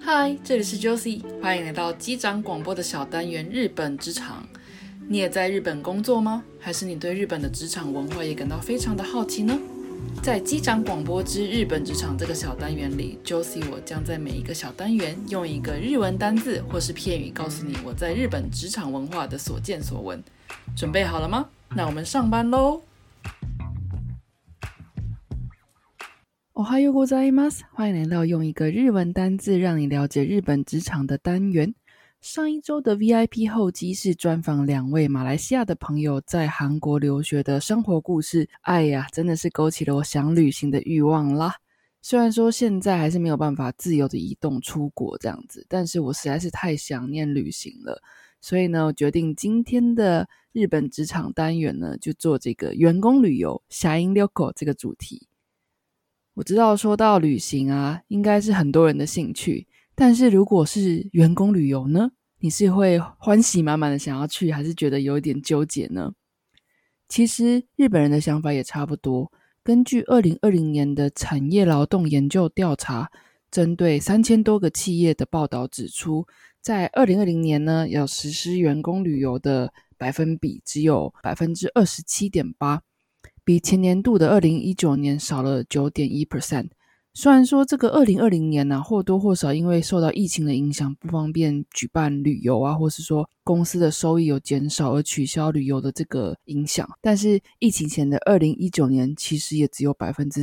嗨，这里是 Josie， 欢迎来到机长广播的小单元日本职场。你也在日本工作吗？还是你对日本的职场文化也感到非常的好奇呢？在机长广播之日本职场这个小单元里， Josie 我将在每一个小单元用一个日文单字或是片语告诉你我在日本职场文化的所见所闻。准备好了吗？那我们上班咯。おはようございます，欢迎来到用一个日文单字让你了解日本职场的单元。上一周的 VIP 候机是专访2位马来西亚的朋友在韩国留学的生活故事。哎呀，真的是勾起了我想旅行的欲望啦。虽然说现在还是没有办法自由的移动出国这样子，但是我实在是太想念旅行了。所以呢，我决定今天的日本职场单元呢，就做这个员工旅游社員旅行这个主题。我知道说到旅行啊，应该是很多人的兴趣，但是如果是员工旅游呢，你是会欢喜满满的想要去，还是觉得有一点纠结呢？其实日本人的想法也差不多。根据2020年的产业劳动研究调查，针对3000多个企业的报道指出，在2020年呢，要实施员工旅游的百分比只有 27.8%，比前年度的2019年少了 9.1%。 虽然说这个2020年啊，或多或少因为受到疫情的影响，不方便举办旅游啊，或是说公司的收益有减少而取消旅游的这个影响，但是疫情前的2019年其实也只有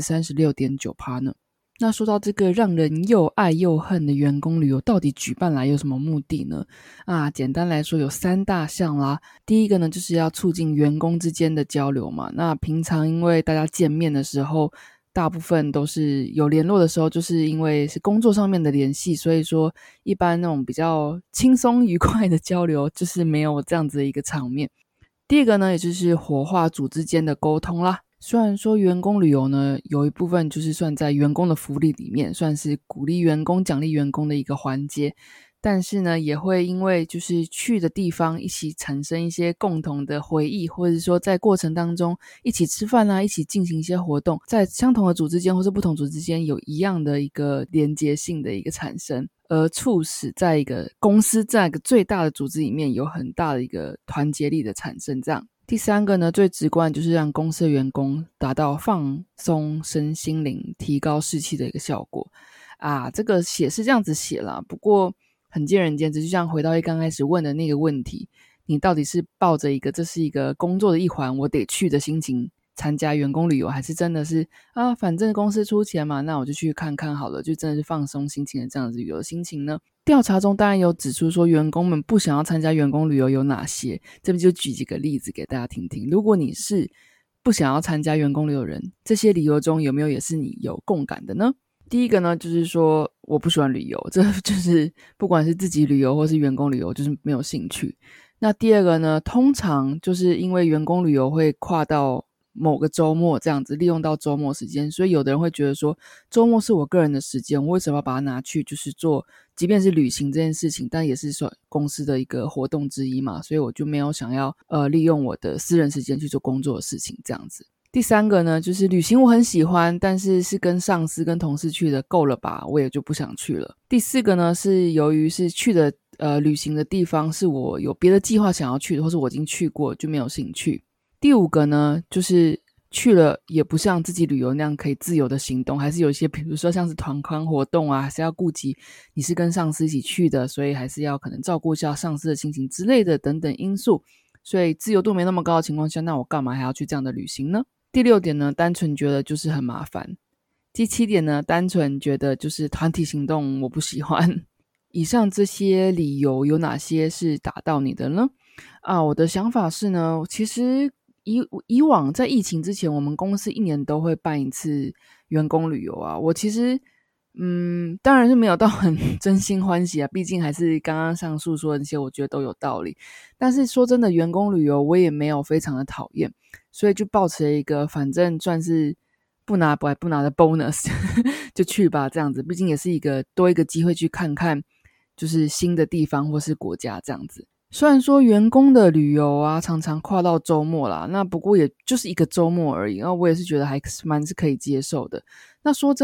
36.9% 呢。那说到这个让人又爱又恨的员工旅游，到底举办来有什么目的呢？简单来说有3大项啦。第一个呢，就是要促进员工之间的交流嘛。那平常因为大家见面的时候，大部分都是有联络的时候，就是因为是工作上面的联系，所以说一般那种比较轻松愉快的交流，就是没有这样子的一个场面。第二个呢，也就是活化组之间的沟通啦。虽然说员工旅游呢，有一部分就是算在员工的福利里面，算是鼓励员工、奖励员工的一个环节，但是呢，也会因为就是去的地方一起产生一些共同的回忆，或者说在过程当中一起吃饭啊，一起进行一些活动，在相同的组之间或是不同组之间有一样的一个连结性的一个产生，而促使在一个公司在一个最大的组织里面有很大的一个团结力的产生这样。第三个呢，最直观就是让公司的员工达到放松身心灵、提高士气的一个效果这个写是这样子写啦，不过很见仁见智。就像回到刚开始问的那个问题，你到底是抱着一个这是一个工作的一环，我得去的心情参加员工旅游，还是真的是反正公司出钱嘛，那我就去看看好了，就真的是放松心情的这样子旅游的心情呢？调查中当然有指出说员工们不想要参加员工旅游有哪些，这边就举几个例子给大家听听。如果你是不想要参加员工旅游的人，这些理由中有没有也是你有共感的呢？第一个呢，就是说我不喜欢旅游，这就是不管是自己旅游或是员工旅游，就是没有兴趣。那第二个呢，通常就是因为员工旅游会跨到某个周末这样子，利用到周末时间，所以有的人会觉得说周末是我个人的时间，我为什么要把它拿去就是做即便是旅行这件事情，但也是说公司的一个活动之一嘛，所以我就没有想要利用我的私人时间去做工作的事情这样子。第三个呢，就是旅行我很喜欢，但是是跟上司跟同事去的，够了吧，我也就不想去了。第四个呢，是由于是去的旅行的地方是我有别的计划想要去的，或是我已经去过就没有兴趣。第五个呢，就是去了也不像自己旅游那样可以自由的行动，还是有一些比如说像是团康活动还是要顾及你是跟上司一起去的，所以还是要可能照顾一下上司的心情之类的等等因素，所以自由度没那么高的情况下，那我干嘛还要去这样的旅行呢？第6点呢，单纯觉得就是很麻烦。第7点呢，单纯觉得就是团体行动我不喜欢。以上这些理由有哪些是打到你的呢？我的想法是呢，其实以往在疫情之前，我们公司1年都会办一次员工旅游我其实当然是没有到很真心欢喜毕竟还是刚刚上述说的那些我觉得都有道理，但是说真的员工旅游我也没有非常的讨厌，所以就抱持了一个反正算是不拿白不拿的 bonus 就去吧这样子，毕竟也是多一个机会去看看就是新的地方或是国家这样子。虽然说员工的旅游常常跨到周末啦，那不过也就是一个周末而已，然后我也是觉得还蛮是可以接受的。那说真的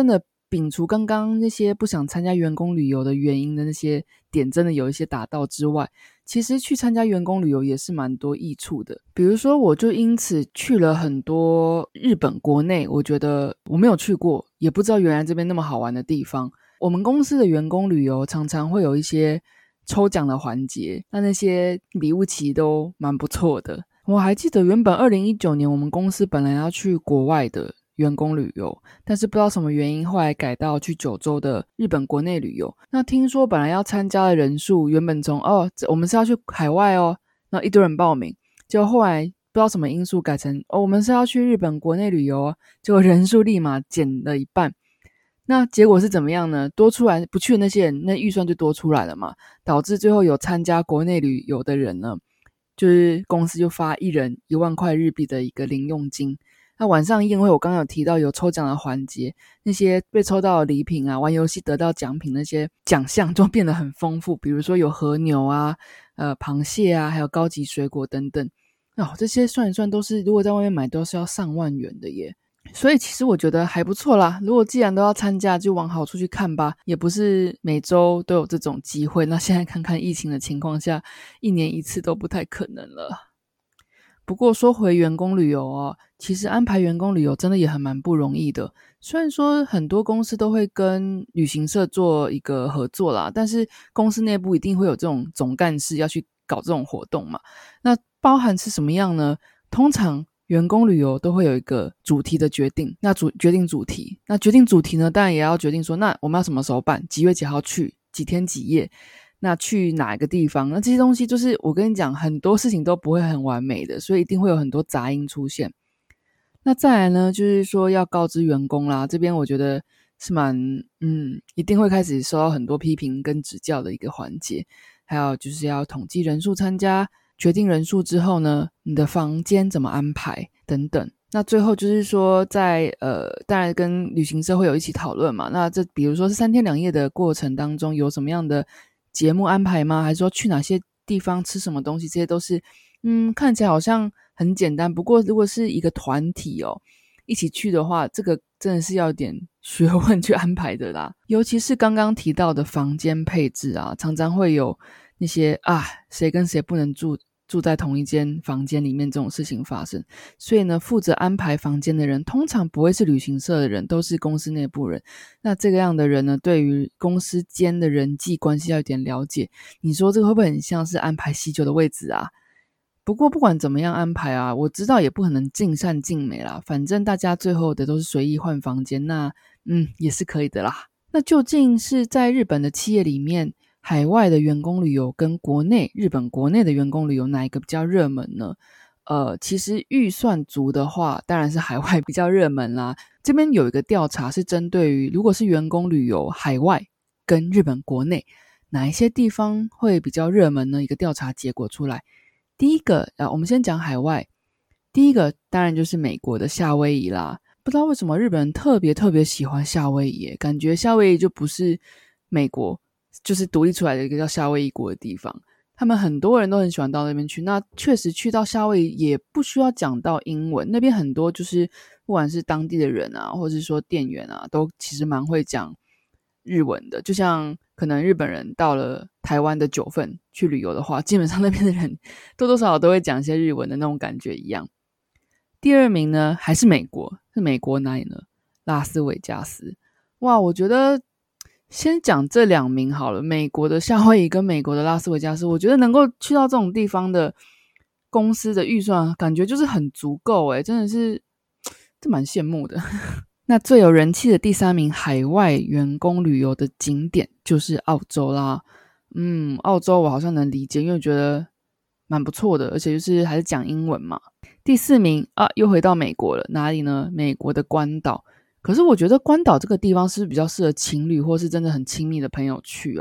摒除刚刚那些不想参加员工旅游的原因的那些点真的有一些达到之外，其实去参加员工旅游也是蛮多益处的。比如说我就因此去了很多日本国内我觉得我没有去过也不知道原来这边那么好玩的地方。我们公司的员工旅游常常会有一些抽奖的环节，那些礼物其实都蛮不错的。我还记得原本2019年我们公司本来要去国外的员工旅游，但是不知道什么原因后来改到去9州的日本国内旅游。那听说本来要参加的人数原本从我们是要去海外那一堆人报名，结果后来不知道什么因素改成我们是要去日本国内旅游结果人数立马减了一半。那结果是怎么样呢？多出来不去的那些人，那预算就多出来了嘛，导致最后有参加国内旅游的人呢，就是公司就发一人1万块日币的一个零用金。那晚上宴会我刚刚有提到有抽奖的环节，那些被抽到的礼品啊，玩游戏得到奖品那些奖项就变得很丰富，比如说有和牛啊、螃蟹啊，还有高级水果等等。这些算一算都是如果在外面买都是要上万元的耶。所以其实我觉得还不错啦，如果既然都要参加就往好处去看吧，也不是每周都有这种机会，那现在看看疫情的情况下1年1次都不太可能了。不过说回员工旅游其实安排员工旅游真的也很蛮不容易的。虽然说很多公司都会跟旅行社做一个合作啦，但是公司内部一定会有这种总干事要去搞这种活动嘛。那包含是什么样呢？通常员工旅游都会有一个主题的决定，那决定主题，那决定主题呢，当然也要决定说那我们要什么时候办，几月几号去，几天几夜，那去哪一个地方，那这些东西就是我跟你讲很多事情都不会很完美的，所以一定会有很多杂音出现。那再来呢就是说要告知员工啦，这边我觉得是一定会开始受到很多批评跟指教的一个环节。还有就是要统计人数参加，决定人数之后呢，你的房间怎么安排等等。那最后就是说在当然跟旅行社会有一起讨论嘛，那这比如说是3天2夜的过程当中有什么样的节目安排吗？还是说去哪些地方吃什么东西，这些都是看起来好像很简单，不过如果是一个团体一起去的话，这个真的是要有点学问去安排的啦。尤其是刚刚提到的房间配置常常会有那些谁跟谁不能住在同一间房间里面这种事情发生。所以呢，负责安排房间的人通常不会是旅行社的人，都是公司内部人。那这个样的人呢，对于公司间的人际关系要有点了解。你说这个会不会很像是安排喜酒的位置不过不管怎么样安排我知道也不可能尽善尽美啦，反正大家最后的都是随意换房间，那也是可以的啦。那究竟是在日本的企业里面，海外的员工旅游跟日本国内的员工旅游哪一个比较热门呢？其实预算足的话当然是海外比较热门啦。这边有一个调查是针对于如果是员工旅游海外跟日本国内哪一些地方会比较热门呢？一个调查结果出来，第一个我们先讲海外，第一个当然就是美国的夏威夷啦。不知道为什么日本人特别喜欢夏威夷感觉夏威夷就不是美国就是独立出来的一个叫夏威夷国的地方，他们很多人都很喜欢到那边去。那确实去到夏威夷也不需要讲到英文，那边很多就是不管是当地的人或者是说店员都其实蛮会讲日文的。就像可能日本人到了台湾的9份去旅游的话，基本上那边的人多多少少都会讲一些日文的那种感觉一样。第二名呢还是美国，是美国哪里呢？拉斯维加斯。哇，我觉得先讲这2名好了，美国的夏威夷跟美国的拉斯维加斯，我觉得能够去到这种地方的公司的预算感觉就是很足够真的是这蛮羡慕的。那最有人气的第3名海外员工旅游的景点就是澳洲啦。澳洲我好像能理解，因为我觉得蛮不错的，而且就是还是讲英文嘛。第4名又回到美国了，哪里呢？美国的关岛。可是我觉得关岛这个地方是不是比较适合情侣或是真的很亲密的朋友去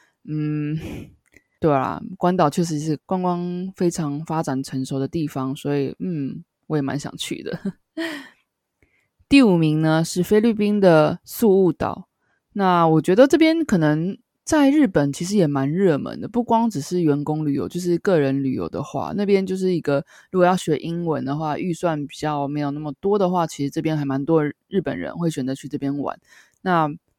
对啦，关岛确实是观光非常发展成熟的地方，所以我也蛮想去的。第5名呢是菲律宾的宿务岛。那我觉得这边可能在日本其实也蛮热门的，不光只是员工旅游，就是个人旅游的话，那边就是一个如果要学英文的话，预算比较没有那么多的话，其实这边还蛮多日本人会选择去这边玩。那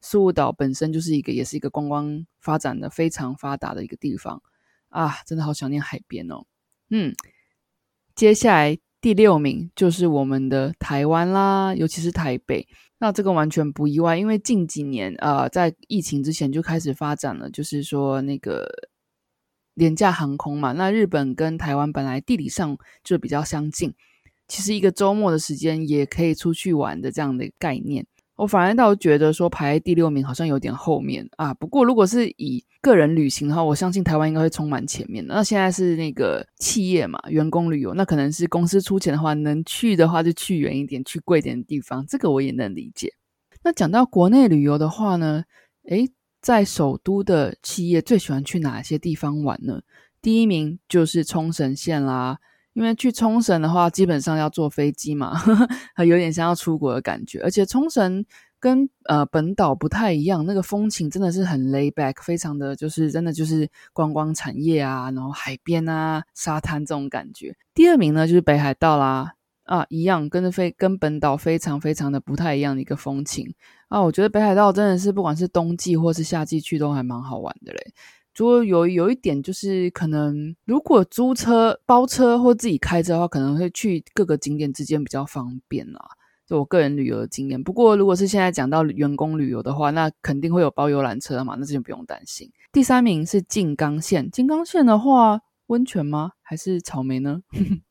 苏武岛本身就是也是一个观光发展的非常发达的一个地方啊，真的好想念海边哦。接下来第6名就是我们的台湾啦，尤其是台北。那这个完全不意外，因为近几年在疫情之前就开始发展了，就是说那个廉价航空嘛。那日本跟台湾本来地理上就比较相近，其实一个周末的时间也可以出去玩的这样的概念。我反而倒觉得说排第6名好像有点后面啊。不过如果是以个人旅行的话，我相信台湾应该会冲满前面的。那现在是那个企业嘛，员工旅游，那可能是公司出钱的话，能去的话就去远一点，去贵一点的地方，这个我也能理解。那讲到国内旅游的话呢，在首都的企业最喜欢去哪些地方玩呢？第1名就是冲绳县啦。因为去冲绳的话基本上要坐飞机嘛，有点像要出国的感觉。而且冲绳跟本岛不太一样，那个风情真的是很 lay back， 非常的就是真的就是观光产业啊，然后海边啊沙滩这种感觉。第2名呢就是北海道啦，一样跟本岛非常非常的不太一样的一个风情我觉得北海道真的是不管是冬季或是夏季去都还蛮好玩的嘞。就有一点就是可能如果租车包车或自己开车的话，可能会去各个景点之间比较方便啦，就我个人旅游的经验。不过如果是现在讲到员工旅游的话，那肯定会有包游览车嘛，那这就不用担心。第3名是静冈县。静冈县的话温泉吗还是草莓呢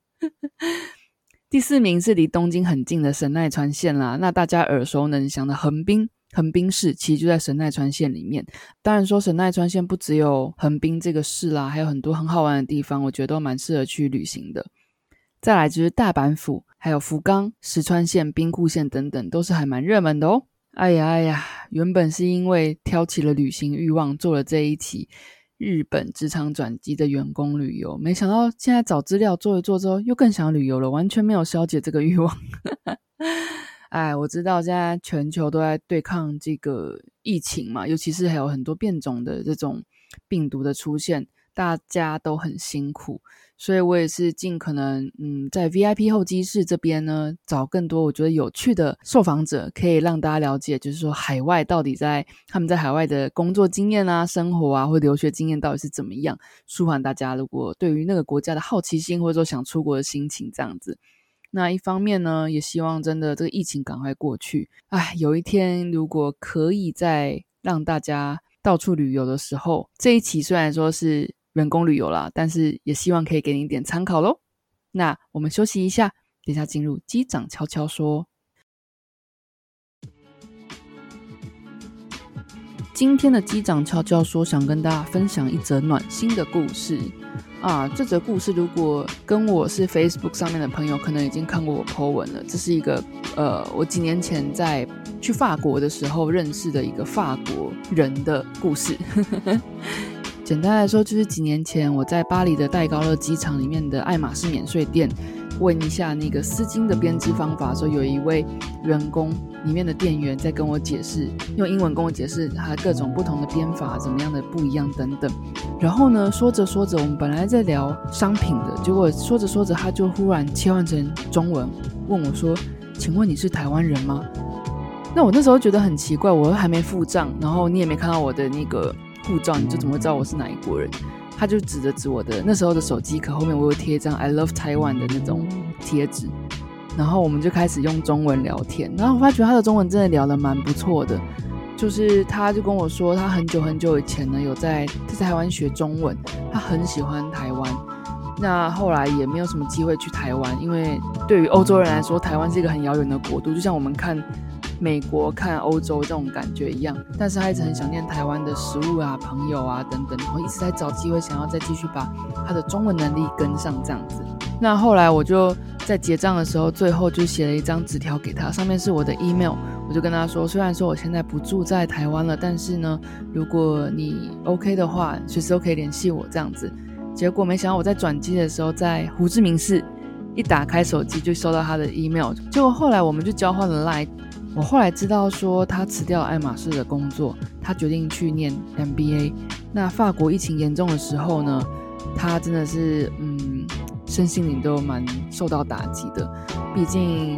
第4名是离东京很近的神奈川县啦，那大家耳熟能详的横滨市其实就在神奈川县里面。当然说神奈川县不只有横滨这个市啦，还有很多很好玩的地方，我觉得都蛮适合去旅行的。再来就是大阪府，还有福冈、石川县、兵库县等等，都是还蛮热门的哦。哎呀，原本是因为挑起了旅行欲望，做了这一期日本职场转机的员工旅游，没想到现在找资料做一做之后又更想旅游了，完全没有消解这个欲望我知道现在全球都在对抗这个疫情嘛，尤其是还有很多变种的这种病毒的出现，大家都很辛苦，所以我也是尽可能在 VIP 候机室这边呢找更多我觉得有趣的受访者，可以让大家了解就是说海外到底他们在海外的工作经验啊、生活啊或留学经验到底是怎么样，舒缓大家如果对于那个国家的好奇心或者说想出国的心情这样子。那一方面呢也希望真的这个疫情赶快过去，有一天如果可以再让大家到处旅游的时候，这一期虽然说是员工旅游啦，但是也希望可以给你一点参考咯。那我们休息一下，等一下进入机长悄悄说。今天的机长悄悄说想跟大家分享一则暖心的故事这则故事如果跟我是 Facebook 上面的朋友可能已经看过我 po 文了。这是一个我几年前在去法国的时候认识的一个法国人的故事简单来说就是几年前我在巴黎的戴高乐机场里面的爱马仕免税店问一下那个丝巾的编织方法的时候，有一位员工里面的店员在跟我解释，用英文跟我解释他各种不同的编法怎么样的不一样等等。然后呢说着说着我们本来在聊商品的，结果说着说着他就忽然切换成中文问我说，请问你是台湾人吗？那我那时候觉得很奇怪，我还没付账，然后你也没看到我的那个护照，你就怎么会知道我是哪一国人？他就指我的那时候的手机壳后面我有贴一张 I love Taiwan 的那种贴纸，然后我们就开始用中文聊天，然后我发觉他的中文真的聊得蛮不错的，就是他就跟我说他很久很久以前呢有在台湾学中文，他很喜欢台湾，那后来也没有什么机会去台湾，因为对于欧洲人来说台湾是一个很遥远的国度，就像我们看美国看欧洲这种感觉一样，但是他一直很想念台湾的食物啊、朋友啊等等，然后一直在找机会想要再继续把他的中文能力跟上这样子。那后来我就在结账的时候最后就写了一张纸条给他，上面是我的 email， 我就跟他说虽然说我现在不住在台湾了，但是呢如果你 OK 的话随时都可以联系我这样子。结果没想到我在转机的时候在胡志明市一打开手机就收到他的 email， 结果后来我们就交换了 LINE，我后来知道说他辞掉了爱马仕的工作，他决定去念 MBA。 那法国疫情严重的时候呢，他真的是身心灵都蛮受到打击的，毕竟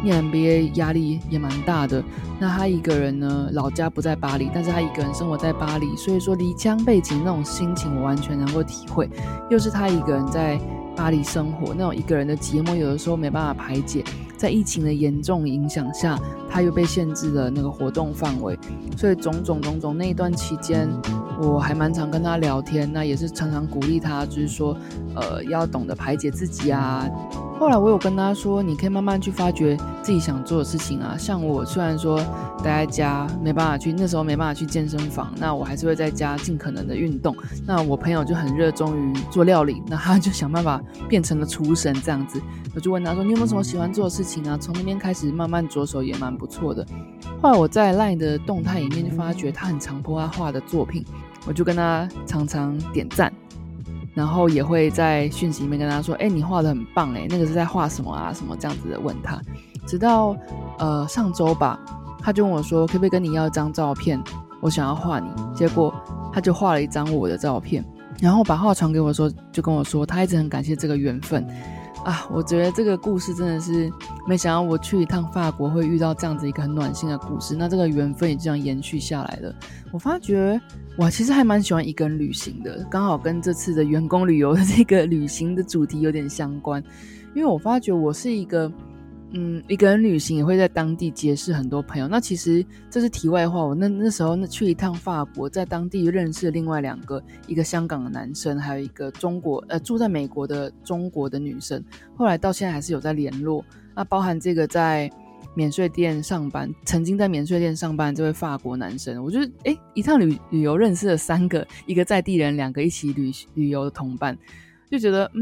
念 MBA 压力也蛮大的。那他一个人呢，老家不在巴黎，但是他一个人生活在巴黎，所以说离乡背景那种心情我完全能够体会。又是他一个人在巴黎生活，那种一个人的寂寞有的时候没办法排解，在疫情的严重影响下，他又被限制了那个活动范围，所以种种那一段期间我还蛮常跟他聊天，那也是常常鼓励他，就是说要懂得排解自己啊。后来我有跟他说，你可以慢慢去发掘自己想做的事情啊。像我虽然说待在家那时候没办法去健身房，那我还是会在家尽可能的运动。那我朋友就很热衷于做料理，那他就想办法变成了厨神这样子。我就问他说，你有没有什么喜欢做的事情啊？从那边开始慢慢着手也蛮不错的。后来我在 LINE 的动态里面就发觉他很常po他画的作品，我就跟他常常点赞，然后也会在讯息里面跟他说，你画得很棒那个是在画什么啊什么这样子的问他。直到上周吧，他就问我说，可不可以跟你要一张照片，我想要画你。结果他就画了一张我的照片，然后把画传给我的时候就跟我说，他一直很感谢这个缘分啊。我觉得这个故事真的是没想到我去一趟法国会遇到这样子一个很暖心的故事，那这个缘分也这样延续下来了。我发觉我其实还蛮喜欢一个人旅行的，刚好跟这次的员工旅游的这个旅行的主题有点相关。因为我发觉我是一个个人旅行也会在当地结识很多朋友。那其实这是题外话，我那时候去一趟法国，在当地认识了另外2个，一个香港的男生，还有一个住在美国的中国的女生，后来到现在还是有在联络。那包含这个在免税店上班，曾经在免税店上班这位法国男生，我就是一趟旅游认识了3个，一个在地人，2个一起旅游的同伴，就觉得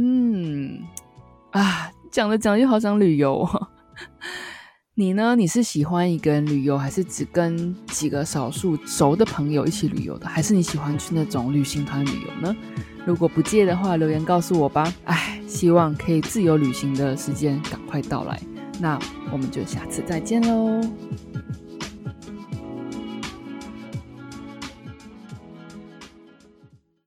讲着讲就好想旅游哦。你呢？你是喜欢一个人旅游，还是只跟几个少数熟的朋友一起旅游的？还是你喜欢去那种旅行团旅游呢？如果不介的话，留言告诉我吧。希望可以自由旅行的时间赶快到来。那我们就下次再见咯。